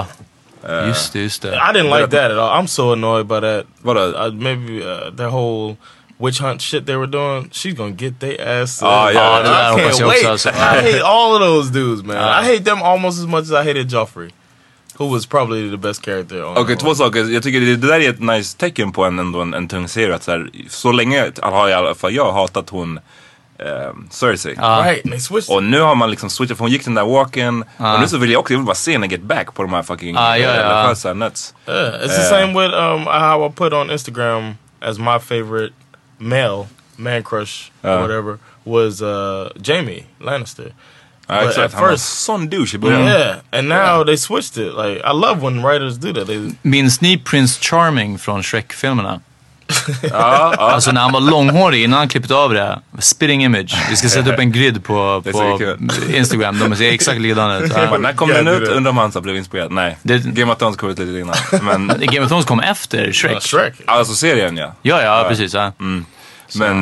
Just det. I didn't like that at all. I'm so annoyed by that. What maybe that whole witch hunt shit they were doing. She's gonna get their ass. Oh yeah, I can't wait. I hate all of those dudes, man. I hate them almost as much as I hated Joffrey, who was probably the best character on. Okej, 2 saker. Jag tycker det där är ett nice tecken på en tung serie. Att så länge har i alla fall jag hatat hon Cersei. Right, and they switched. Och nu har man liksom switchat, för hon gick den där walken. Och nu så vill jag bara se henne get back på de här fucking religiösa nuts. It's the same with how I put on Instagram as my favorite male man crush or whatever was Jaime Lannister. But at first, sån douche i början. Yeah, and now they switched it. Like, I love when writers do that. Minns ni Prince Charming från Shrek-filmerna? Alltså när han var långhårig, innan han klippte av det. Spitting image. Vi ska sätta upp en grid på Instagram. De ser exakt likadana ut. När kom den ut? Undrar om han blev inspirerad? Nej, Game of Thrones kom ut lite innan. Men Game of Thrones kom efter Shrek. Alltså serien, ja. Ja, precis. Men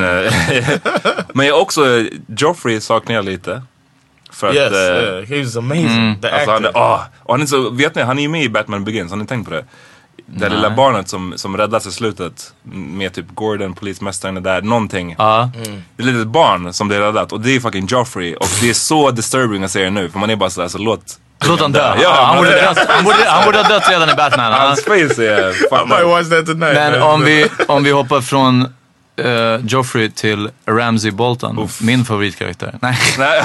jag också, Joffrey saknar jag lite. För att he was amazing. The actor. Han är så, vet ni, han är ju med i Batman Begins. Har ni tänkt på det? Det lilla barnet som räddas i slutet med typ Gordon, polismästaren där, någonting. Det är ett litet barn som blir räddat, och det är fucking Joffrey. Och det är så disturbing att se det nu, för man är bara sådär, så låt han dö. Han borde ha dött redan i Batman. Hans face är I might watch that tonight. Men om vi hoppar från Joffrey till Ramsay Bolton, min favoritkaraktär. Nej.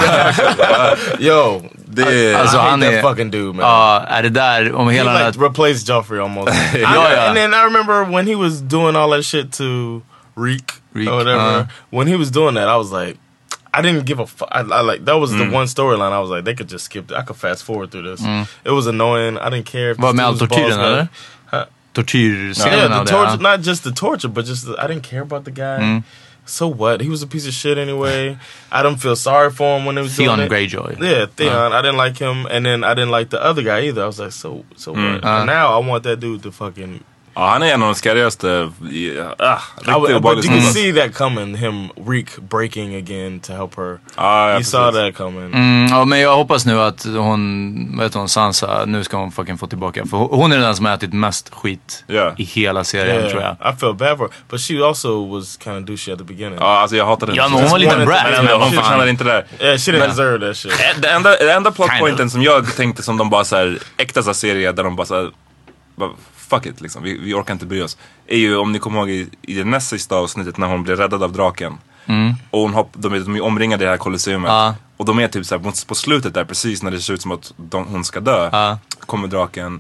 Yo, alltså han är fucking dude, man. Är det där om hela he replaced Joffrey almost. And then I remember when he was doing all that shit to Reek or whatever. When he was doing that, I was like, I didn't give a fuck. I like, that was the one storyline. I was like, they could just skip it. I could fast forward through this. It was annoying. I didn't care if vad med all tortyren, eller? Tortyrscenen, the torture, not just the torture, but just I didn't care about the guy. So what? He was a piece of shit anyway. I don't feel sorry for him when he was doing it. Theon Greyjoy. Yeah, Theon. I didn't like him, and then I didn't like the other guy either. I was like, so what? And now I want that dude to fucking. Ja, han är en av de scarigaste. But you can see that coming, him Reek breaking again to help her. You saw that coming. Ja, men jag hoppas nu att hon, Sansa, nu ska hon fucking få tillbaka. För hon är den som har ätit mest skit i hela serien, tror jag. I feel bad for her. But she also was kind of douchey at the beginning. Ja, alltså jag hatade den. Ja, men hon var en liten brat. Hon förtjänade inte det. Yeah, she didn't deserve that shit. Det enda plotpointen som jag tänkte som de bara såhär, äkta så serier där de bara såhär, fuck it liksom, vi orkar inte bry oss, är ju, om ni kommer ihåg i det näst sista avsnittet när hon blir räddad av draken. Och de är omringade i det här kolloseumet. Och de är typ såhär på slutet där, precis när det ser ut som att hon ska dö, kommer draken.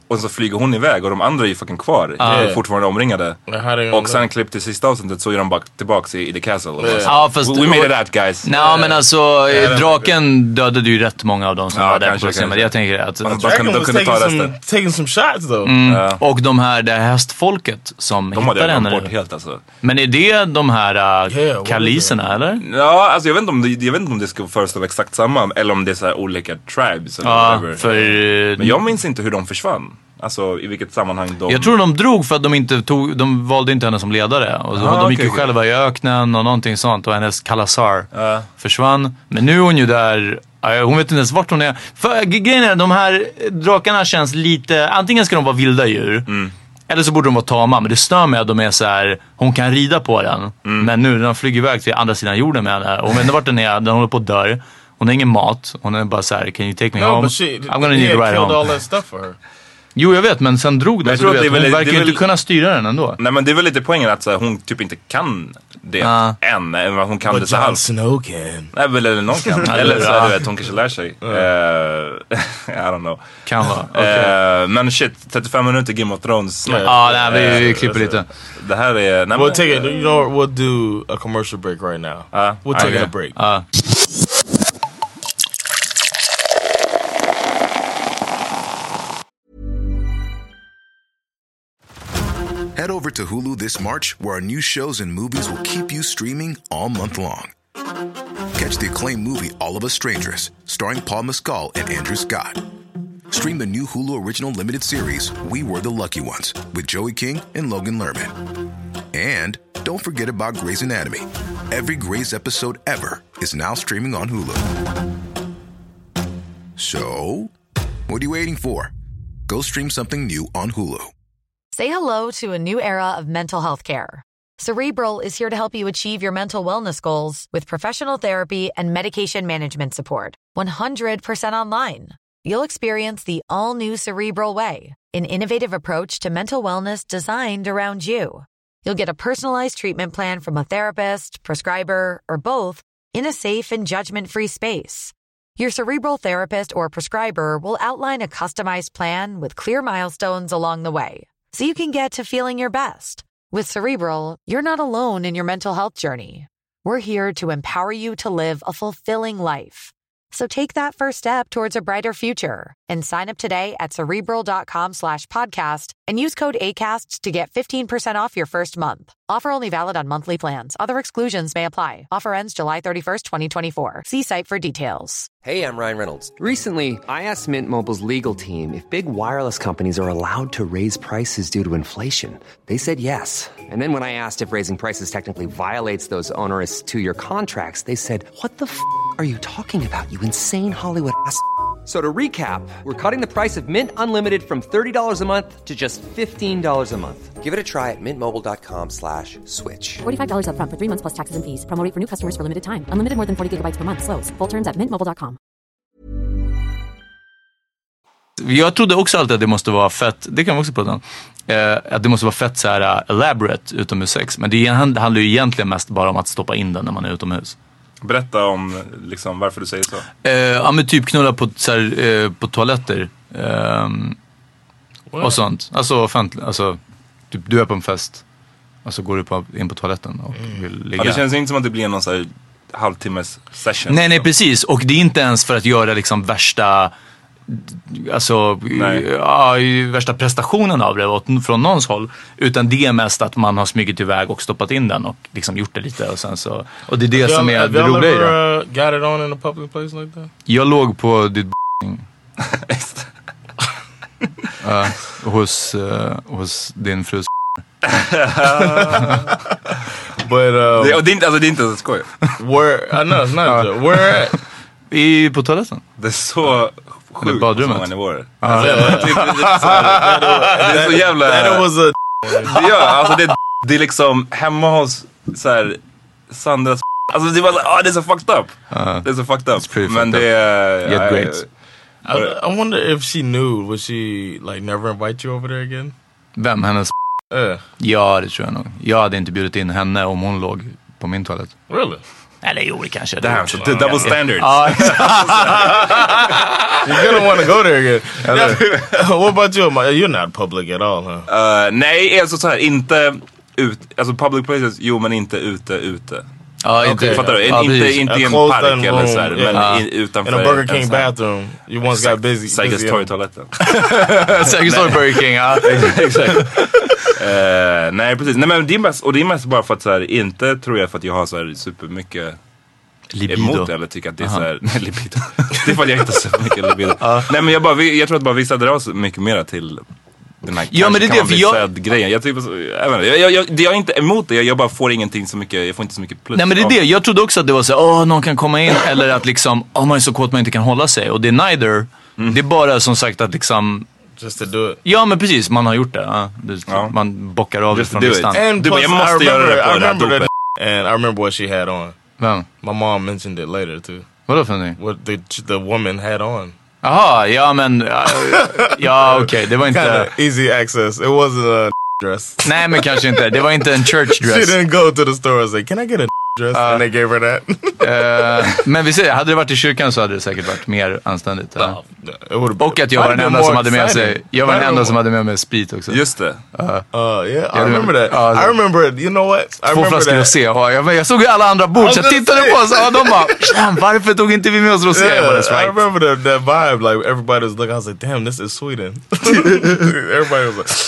Och så flyger hon iväg och de andra är ju fucking kvar. Fortfarande omringade. Och sen klipp till sista avsnittet så är de bara tillbaks i the castle. Fast we made it out, guys. Nej, men alltså draken dödade ju rätt många av dem som var där på scenen. Men jag tänker att de kunde ta resten. Taking some shots though. Och de här det hästfolket som hittade henne. Bort helt, alltså. Men är det de här kaliserna eller? Ja, alltså jag vet inte om det ska föreställa exakt samma eller om det är så här olika tribes eller whatever. Men jag minns inte hur de försvann. Alltså i vilket sammanhang de... Jag tror de drog för att de valde inte henne som ledare. Och de gick ju själva i öknen och någonting sånt. Och hennes Kalasar försvann. Men nu är hon ju där. Hon vet inte ens vart hon är. För grejen är, de här drakarna känns lite... Antingen ska de vara vilda djur. Eller så borde de vara tama. Men det stör mig att de är så här. Hon kan rida på den. Men nu när de flyger iväg till andra sidan jorden med henne. Och vet inte vart den är. Den håller på att dö. Hon har ingen mat. Hon är bara så här. Can you take me home? I'm gonna need to ride home. All that stuff for her. Jo, jag vet, men sen drog det. Så hon verkar ju inte kunna styra den ändå. Nej, men det är väl lite poängen att så här, hon typ inte kan det än. Hon kan det så Jon Snow can. Nej, väl eller någon kan. Eller så du vet, hon kanske lär sig. I don't know. Kan vara. Men shit, 35 minuter Game of Thrones. Nej, vi klipper lite. Det här är... We'll take it, you know, we'll do a commercial break right now. We'll take a break. Head over to Hulu this March, where our new shows and movies will keep you streaming all month long. Catch the acclaimed movie All of Us Strangers, starring Paul Mescal and Andrew Scott. Stream the new Hulu original limited series We Were the Lucky Ones with Joey King and Logan Lerman. And don't forget about Grey's Anatomy. Every Grey's episode ever is now streaming on Hulu. So, what are you waiting for? Go stream something new on Hulu. Say hello to a new era of mental health care. Cerebral is here to help you achieve your mental wellness goals with professional therapy and medication management support. 100% online. You'll experience the all-new Cerebral Way, an innovative approach to mental wellness designed around you. You'll get a personalized treatment plan from a therapist, prescriber, or both in a safe and judgment-free space. Your Cerebral therapist or prescriber will outline a customized plan with clear milestones along the way, so you can get to feeling your best. With Cerebral, you're not alone in your mental health journey. We're here to empower you to live a fulfilling life. So take that first step towards a brighter future and sign up today at Cerebral.com/podcast and use code ACAST to get 15% off your first month. Offer only valid on monthly plans. Other exclusions may apply. Offer ends July 31st, 2024. See site for details. Hey, I'm Ryan Reynolds. Recently, I asked Mint Mobile's legal team if big wireless companies are allowed to raise prices due to inflation. They said yes. And then when I asked if raising prices technically violates those onerous 2-year contracts, they said, "What the f*** are you talking about, you insane Hollywood ass?" So to recap, we're cutting the price of Mint Unlimited from $30 a month to just $15 a month. Give it a try at mintmobile.com/switch. $45 up front for 3 months plus taxes and fees. Promo rate for new customers for limited time. Unlimited more than 40 gigabytes per month. Slows full terms at mintmobile.com. Jag trodde också alltid att det måste vara fett, det kan vi också prata om, att det måste vara fett så här elaborate utomhussex. Men det handlar ju egentligen mest bara om att stoppa in den när man är utomhus. Berätta om liksom, varför du säger så. Ja, men typ knulla på, så här, på toaletter. Och sånt. Alltså offentligt. Alltså, typ, du är på en fest. Och så går du in på toaletten och vill ligga. Ja, det känns inte som att det blir någon så här halvtimmes session. Nej, precis. Och det är inte ens för att göra liksom värsta... Alltså värsta prestationen av det från någons håll, utan det är mest att man har smugit iväg och stoppat in den och liksom gjort det lite och sen så, och det är det som är det roliga i det. Got it on in a public place like that? Jag låg på ditt hos din frus But det är inte så skoj. Where no, it's not. Where på toaletten. Det är så sjukt på så många nivåer. Det är så jävla... alltså det är liksom hemma hos så här, Sandras... Alltså det var det är så fucked up. Det är så fucked up. Men det är... Yet great. I wonder if she knew, would she like never invite you over there again? Vem? Hennes... Ja, det tror jag nog. Jag hade inte bjudit in henne om hon låg på min toalett. Really? Eller jo, det kanske. Damn, the double standards. You're wouldn't want to go there again. What about you? You're not public at all, huh? Nej, alltså så här, inte alltså public places, jo men inte ute. Ja, inte. Fattar du? Inte i en park eller så här, men utanför. In a Burger King bathroom. You once got busy. Sergels torg-toaletten. Sergels torg Burger King, ja. Exakt. Nej, precis. Nej, men det är mest bara för att så här, inte tror jag för att jag har så här supermycket emot det, eller tycker att det är så här, nej, libido. Det är för att jag inte har så mycket libido. Nej, men jag tror att bara vissa drar så mycket mera till den här men det är det, för jag grejen. Jag är inte emot det. Jag bara får ingenting så mycket. Jag får inte så mycket plus. Nej, men det är det. Jag trodde också att det var så någon kan komma in eller att liksom man är så kåt man inte kan hålla sig. Och det är neither. Det är bara som sagt att liksom just to do it. Ja, men precis, man har gjort det. Man bockar av det från listan. And plus, jag måste göra det på det här dopet. And I remember what she had on. My mom mentioned it later too. Vadå för någonting? What the woman had on. Aha, ja men ja okej, det var inte kinda easy access. It wasn't a dress. Nej, men kanske inte. Det var inte en church dress. She didn't go to the store and say, "Can I get a dress?" And they gave her that. Men vi ser, hade det varit i kyrkan så hade det säkert varit mer anständigt. Och att jag var den enda som hade med sig. Jag var den enda som hade med mig sprit också. Just det. Yeah, I remember that. I remember it. You know what? 2 flaskor rosé. Jag såg ju alla andra bord så jag tittade på oss och de bara, varför tog inte vi med oss rosé? I remember that vibe. Like everybody was looking. I was like, damn, this is Sweden. Everybody was like.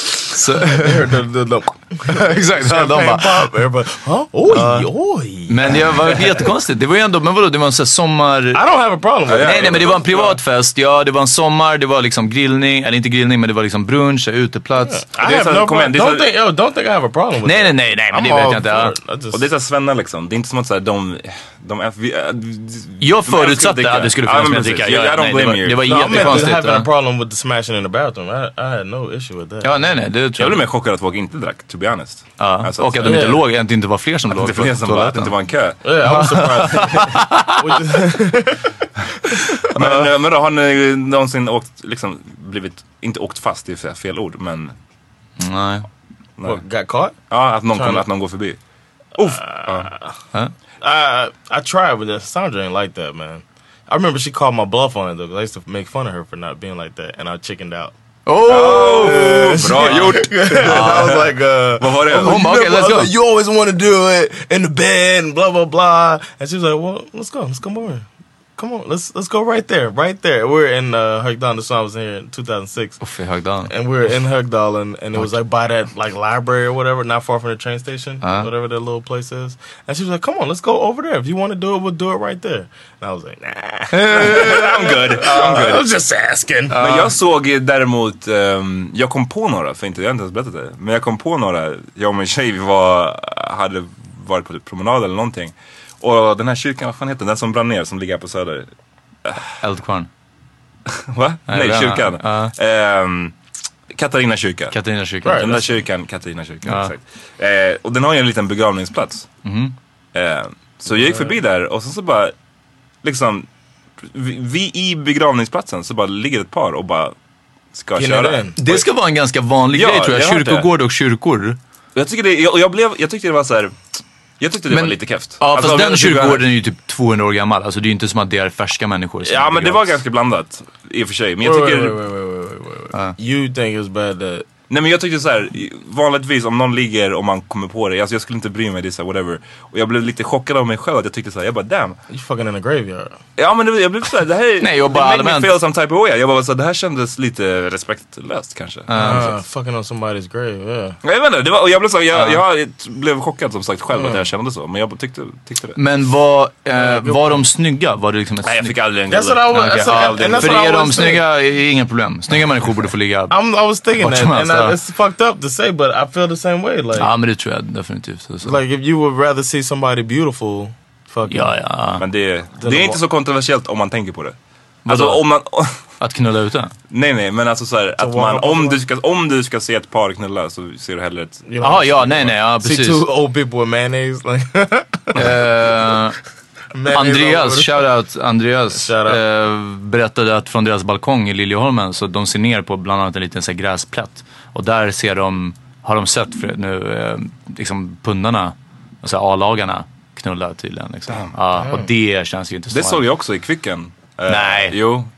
Exakt, de bara oj. Men det var jättekonstigt. Det var ju ändå, men vadå, det var en sån sommar. I don't have a problem with nej, men det var en privat fest. Ja, det var en sommar, det var liksom grillning, eller inte grillning, men det var liksom brunch, uteplats. Don't think I have a problem with nej, men det vet jag inte. Och det är så svennar liksom. Det är inte som att så här, jag förutsatte att det skulle finnas mer dricka. Det var jättekonstigt. I have a problem with the smashing in the bathroom. I had no issue with that. Ja, nej. Jag blev mer chockad att folk inte drack, to be honest. Alltså, och att de inte låg, att det inte var fler som låg på toaletten. Att det inte var en kö. Yeah, I was surprised. Men då har ni någonsin liksom blivit, inte åkt fast, det är fel ord, men nej. What, got caught? Ja, att någon går förbi. I tried with that. Sandra ain't like that, man. I remember she called my bluff on it though, because I used to make fun of her for not being like that, and I chickened out. Bra gjort. I was like, vad var det? Okay, let's go. You always want to do it in the bed and blah blah blah. And she was like, well, let's come over. Come on, let's go right there. We're in Högdalen. So I was here in 2006. And we were in Högdalen, and it was like by that like library or whatever, not far from the train station, whatever that little place is. And she was like, "Come on, let's go over there. If you want to do it, we'll do it right there." And I was like, "Nah, I'm good. I was just asking." Men jag såg däremot, jag kom på några, för jag har inte ens berättat det, men jag kom på några. Jag och min tjej hade varit på promenad eller någonting. Och den här kyrkan, vad fan heter den som brann ner, som ligger här på Söder? Eldkvarn. Va? Nej, kyrkan. Katarina kyrka. Den där kyrkan, Katarina kyrka, exakt. Och den har ju en liten begravningsplats. Så jag gick förbi där och så bara, liksom, vi i begravningsplatsen så bara ligger ett par och bara ska köra. Det ska vara en ganska vanlig grej, tror jag. Kyrkogård och kyrkor. Jag tyckte det var så här. Jag tyckte det var lite keft. Ja, alltså, fast den kyrkogården är ju typ 200 år gammal. Alltså det är ju inte som att det är färska människor. Ja, men det var ganska blandat i och för sig. Men jag tycker... You think it's bad that... Nej, men jag tyckte så här, vanligtvis om någon ligger och man kommer på det, alltså jag skulle inte bry mig, det så här, whatever. Och jag blev lite chockad av mig själv, att jag tyckte så här, jag bara damn. You fucking in a graveyard. Ja, men jag blev så här, det här nej, jag bara allmänt feel some type of way. Jag bara så här, det här kändes lite respektlöst kanske. Fucking on somebody's grave, yeah. Jag vet inte, det var, och jag blev så jag blev chockad som sagt själv att jag kände så, men jag tyckte det. Men var de snygga? Var det liksom ett nej, jag fick aldrig en för er de snygga är inga problem. Snygga människor borde få ligga. I was thinking that, and it's fucked up to say, but I feel the same way. Like, ja, men det tror jag definitivt. Så. Like if you would rather see somebody beautiful, fucking. Ja. Men det är inte så kontroversiellt om man tänker på det. Alltså om man... Att knulla ute? Nej, men alltså så här, att man, om du ska se ett par knulla så ser du hellre ett... Jaha, ja, precis. See two old people with mayonnaise, like... Andreas, shoutout Andreas, berättade att från deras balkong i Liljeholmen så de ser ner på bland annat en liten så här gräsplätt. Och där har de sett nu liksom pundarna, alltså A-lagarna knulla tydligen liksom. Ja, och det känns ju inte så. Det såg jag också i Kvicken. Nej. Jo.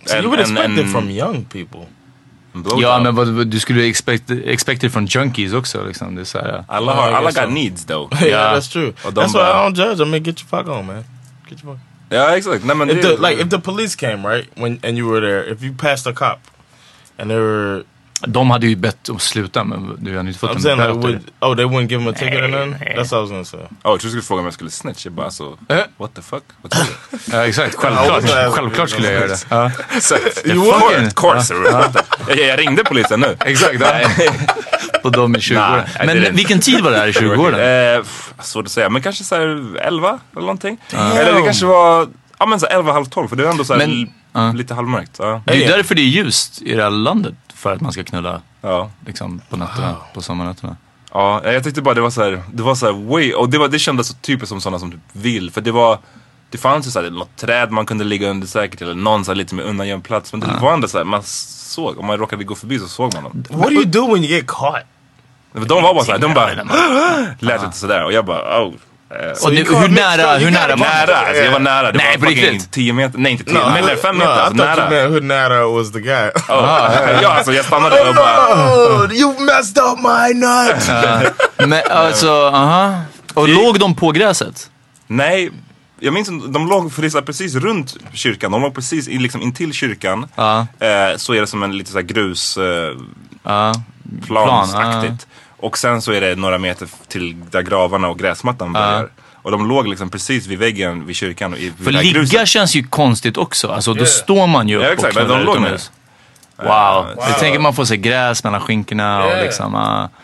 So you would expect it from young people. Ja, men vad du skulle expect it från junkies också liksom. Det är så här, alla got needs though. Yeah, that's true. That's why I don't judge. I mean, get your fuck on, man. Get your fuck. Ja, exakt. Nej, men if the police came, right, and you were there, if you passed a cop and they were... De hade ju bett om sluta, men du har inte fått en böter. They wouldn't give him a ticket or nothing? That's what I was gonna say. Jag tror du skulle fråga om jag skulle snitch. Jag bara så, what the fuck? Ja, exakt. Självklart skulle jag göra det. Ja. Of course. Jag ringde polisen nu. Exakt. På dem i 20 Men vilken tid var det här i 20-åren? Svårt att säga, men kanske så här 11 eller någonting. Eller det kanske var... Ja, men så 11, halv 12, för det är ändå så här lite halvmörkt. Det är ju därför det är ljust i det här landet, för att man ska knulla liksom, på nätterna, på sommarnätterna. Ja, jag tyckte bara det var så här way, och det kändes så typiskt som sådana som vill, för det fanns ju så här något träd man kunde ligga under säkert, eller någon så här lite mer undangömd plats, men det var ändå så här, man såg, om man råkade gå förbi så såg man dem. What do you do when you get caught? De var bara så här, de bara lät lite sådär, och jag bara och hur nära alltså, jag var nära. Det nej, var fucking 10 meter. Nej, inte 10 men 5 meter. Alltså, nära. Hur nära was the guy? Ja, alltså jag stannade och bara you messed up my nut. Men alltså, och låg de på gräset? Nej, jag minns att de låg precis runt kyrkan. De låg precis liksom intill kyrkan. Så är det som en lite så här grus plansaktigt. Och sen så är det några meter till där gravarna och gräsmattan börjar. Och de låg liksom precis vid väggen vid kyrkan. För ligga gruset känns ju konstigt också. Alltså då står man ju upp exakt, och knullar utomhus. Wow. Jag tänker man får se gräs mellan skinkorna och liksom...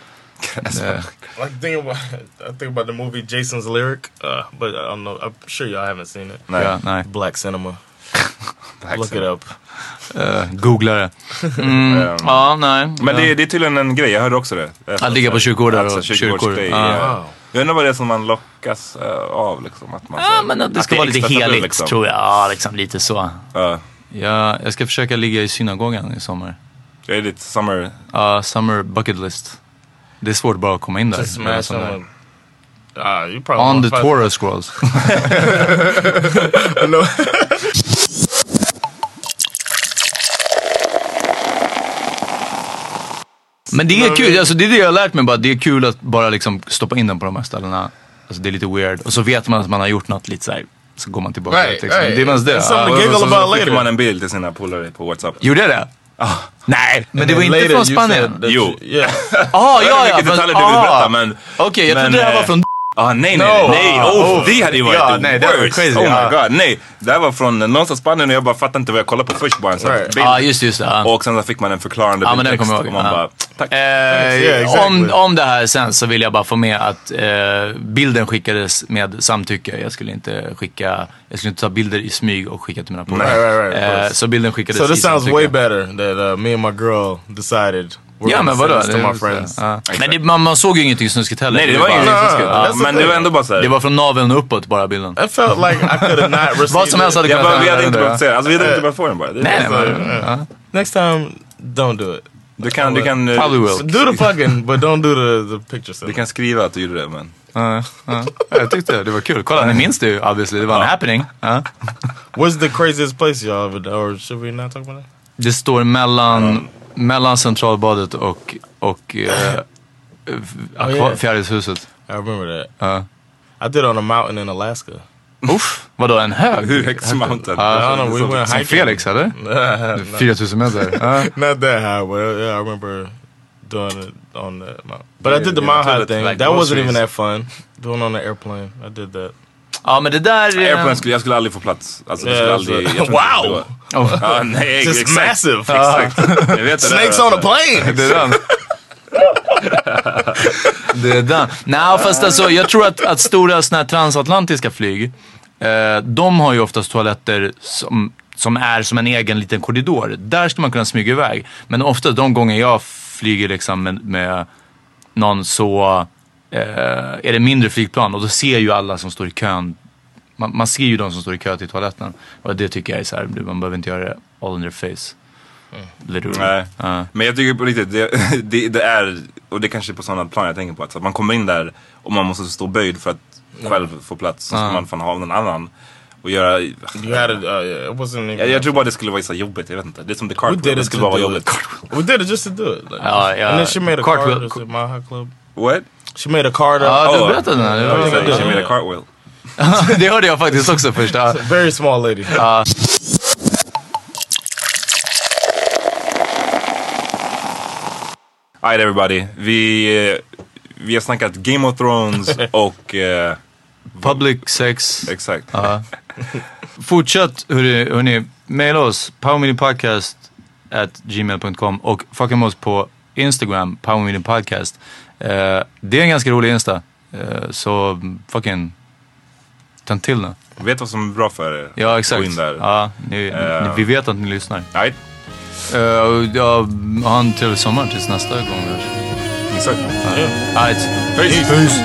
I think about the movie Jason's Lyric, but I don't know. I'm sure y'all haven't seen it. Nej. Black Cinema. Look it up. Googla det. Nej. Men det är tydligen en grej, jag hörde också det. Att ligga på kyrkogårdar och kyrkor. Jag undrar vad det är som man lockas av liksom, att man men att det ska vara lite heligt liksom. Tror jag. Ja, liksom lite så. Jag ska försöka ligga i synagogan i sommar. Är det summer? Summer bucket list. Det är svårt bara att komma in där. On the Torah scrolls. Men det är kul, alltså det är det jag har lärt mig bara. Det är kul att bara liksom stoppa in den på de här ställena. Alltså det är lite weird. Och så vet man att man har gjort något lite såhär. Så går man tillbaka liksom. Det är mest det. Så skickar man en bild till sina polare på WhatsApp. Gjorde jag det? Nej, men det var inte från Spanien. Jo. Ja. Vilket detaljer du vill berätta, men... Okej, jag trodde det här var från... Nej. Det hade ju varit nej, det var crazy. Oh my god, nej. Det här var från någonstans Spanien och jag bara fattade inte vad jag kollade på först bara en sån bild. Just det. Och sen så fick man en förklarande bildtext och man bara, tack. Om det här sen så vill jag bara få med att bilden skickades med samtycke. Jag skulle inte ta bilder i smyg och skicka till mina polare. Så bilden skickades i samtycke. So this sounds way better that me and my girl decided. Ja, men vadå? Men man såg ju ingenting snuskigt heller. Nej, det var ingenting snuskigt. Men det var ändå bara så här. Det var från naveln och uppåt bara bilden. I felt like I could have not received vad som helst hade kunnat. Vi hade inte behövt se. Alltså vi hade inte behövt få den bara. Nej. Next time, don't do it. Du kan probably will. Do the fucking, but don't do the picture. Du kan skriva att du gjorde det, men jag tyckte det var kul. Kolla, ni minns det ju obviously. Det var en happening. What's the craziest place y'all ever done? Or should we not talk about that? Det står mellan Centralbadet och Fjärilshuset. I remember that. I did on a mountain in Alaska. Uff, vadå, en hög? Hur högt som mountain? I don't know, we went hiking. Som Felix, eller? 4000 meter. Not that high, but yeah, I remember doing it on the mountain. But I did the Mount High thing. That wasn't even that fun. Doing on the airplane. I did that. Ja, men det där... Airplane jag skulle aldrig få plats. Alltså, det skulle aldrig... Wow! Nej, just exakt. massive. Exakt. Jag vet Snakes on a plane! Det är den. Det är den. Nej, fast alltså, jag tror att stora såna här transatlantiska flyg, de har ju oftast toaletter som är som en egen liten korridor. Där ska man kunna smyga iväg. Men ofta de gånger jag flyger liksom med någon så... är det mindre flygplan och då ser ju alla som står i kön. Man ser ju de som står i kö till toaletten. Och det tycker jag är så här, man behöver inte göra det all in their face. Nej. Men jag tycker på riktigt det är, och det kanske är på sådana plan jag tänker på, att man kommer in där och man måste stå böjd för att själv få plats, så ska man fan ha någon annan. och göra... You had it, yeah, it wasn't even... Jag tror bara det skulle vara så jobbigt, jag vet inte. Det är som the cartwheel, det skulle bara vara jobbigt. We did it just to do it. Like, yeah. And then she made a Cartwheel. card at my high club. What? She made a card. Ja, du berättade den här. She made a cartwheel. Det hörde jag faktiskt också först. Very small lady. Alright everybody, vi har snackat Game of Thrones och... Public sex. Exakt. Fortsätt, hörni, maila oss powermeetingpodcast@gmail.com och fucka med oss på Instagram, powermeetingpodcast. Det är en ganska rolig Insta, så fucking ta till nu. Vet vad som är bra för er. Ja, exakt. Gå in där. Ja, vi vet att ni lyssnar. Nej. Ha en trevlig sommar tills nästa gång vi hörs. Exakt. Alright. Peace.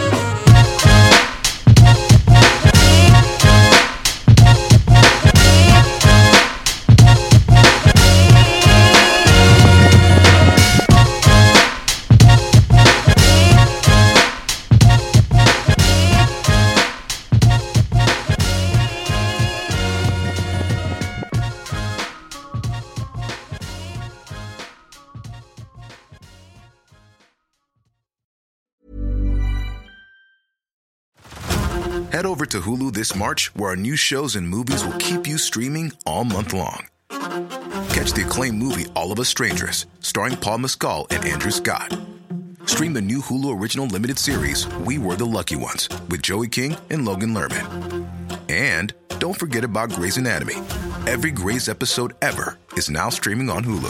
Head over to Hulu this March, where our new shows and movies will keep you streaming all month long. Catch the acclaimed movie All of Us Strangers, starring Paul Mescal and Andrew Scott. Stream the new Hulu original limited series We Were the Lucky Ones with Joey King and Logan Lerman. And don't forget about Grey's Anatomy. Every Grey's episode ever is now streaming on Hulu.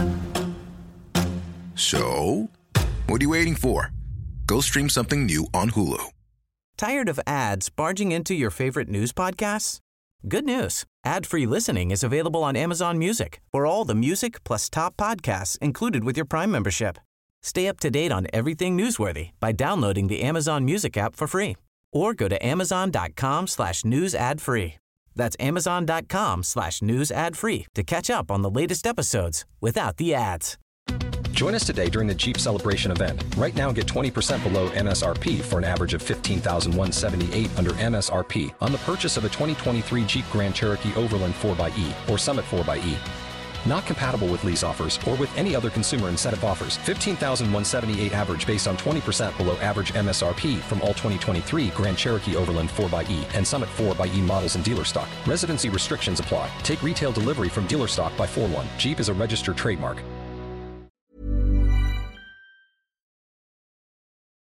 So, what are you waiting for? Go stream something new on Hulu. Tired of ads barging into your favorite news podcasts? Good news. Ad-free listening is available on Amazon Music for all the music plus top podcasts included with your Prime membership. Stay up to date on everything newsworthy by downloading the Amazon Music app for free or go to amazon.com/news ad free. That's amazon.com/news ad free to catch up on the latest episodes without the ads. Join us today during the Jeep Celebration event. Right now, get 20% below MSRP for an average of $15,178 under MSRP on the purchase of a 2023 Jeep Grand Cherokee Overland 4xE or Summit 4xE. Not compatible with lease offers or with any other consumer incentive offers. $15,178 average based on 20% below average MSRP from all 2023 Grand Cherokee Overland 4xE and Summit 4xE models in dealer stock. Residency restrictions apply. Take retail delivery from dealer stock by 4/1. Jeep is a registered trademark.